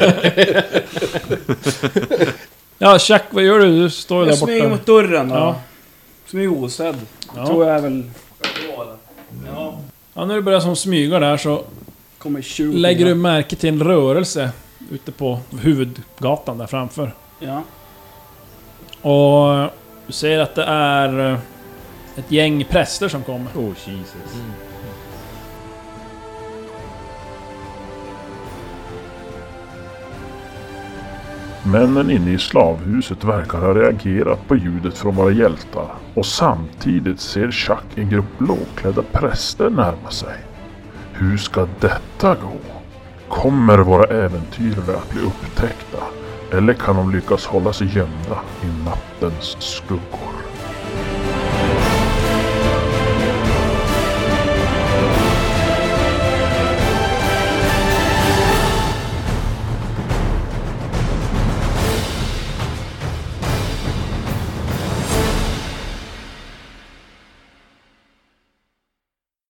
Ja, Jack, vad gör du? Du står ju där Jag smyger borta. mot dörren då. Ja. Som är osedd. Ja. Tror jag är väl... Ja, när du börjar som smyga där så Kommer 20. lägger du märke till en rörelse ute på huvudgatan där framför. Ja. Och du ser att det är ett gäng präster som kommer. Oh Jesus. Männen inne i slavhuset verkar ha reagerat på ljudet från våra hjältar och samtidigt ser Chuck en grupp blåklädda präster närma sig. Hur ska detta gå? Kommer våra äventyrare att bli upptäckta eller kan de lyckas hålla sig gömda i nattens skuggor?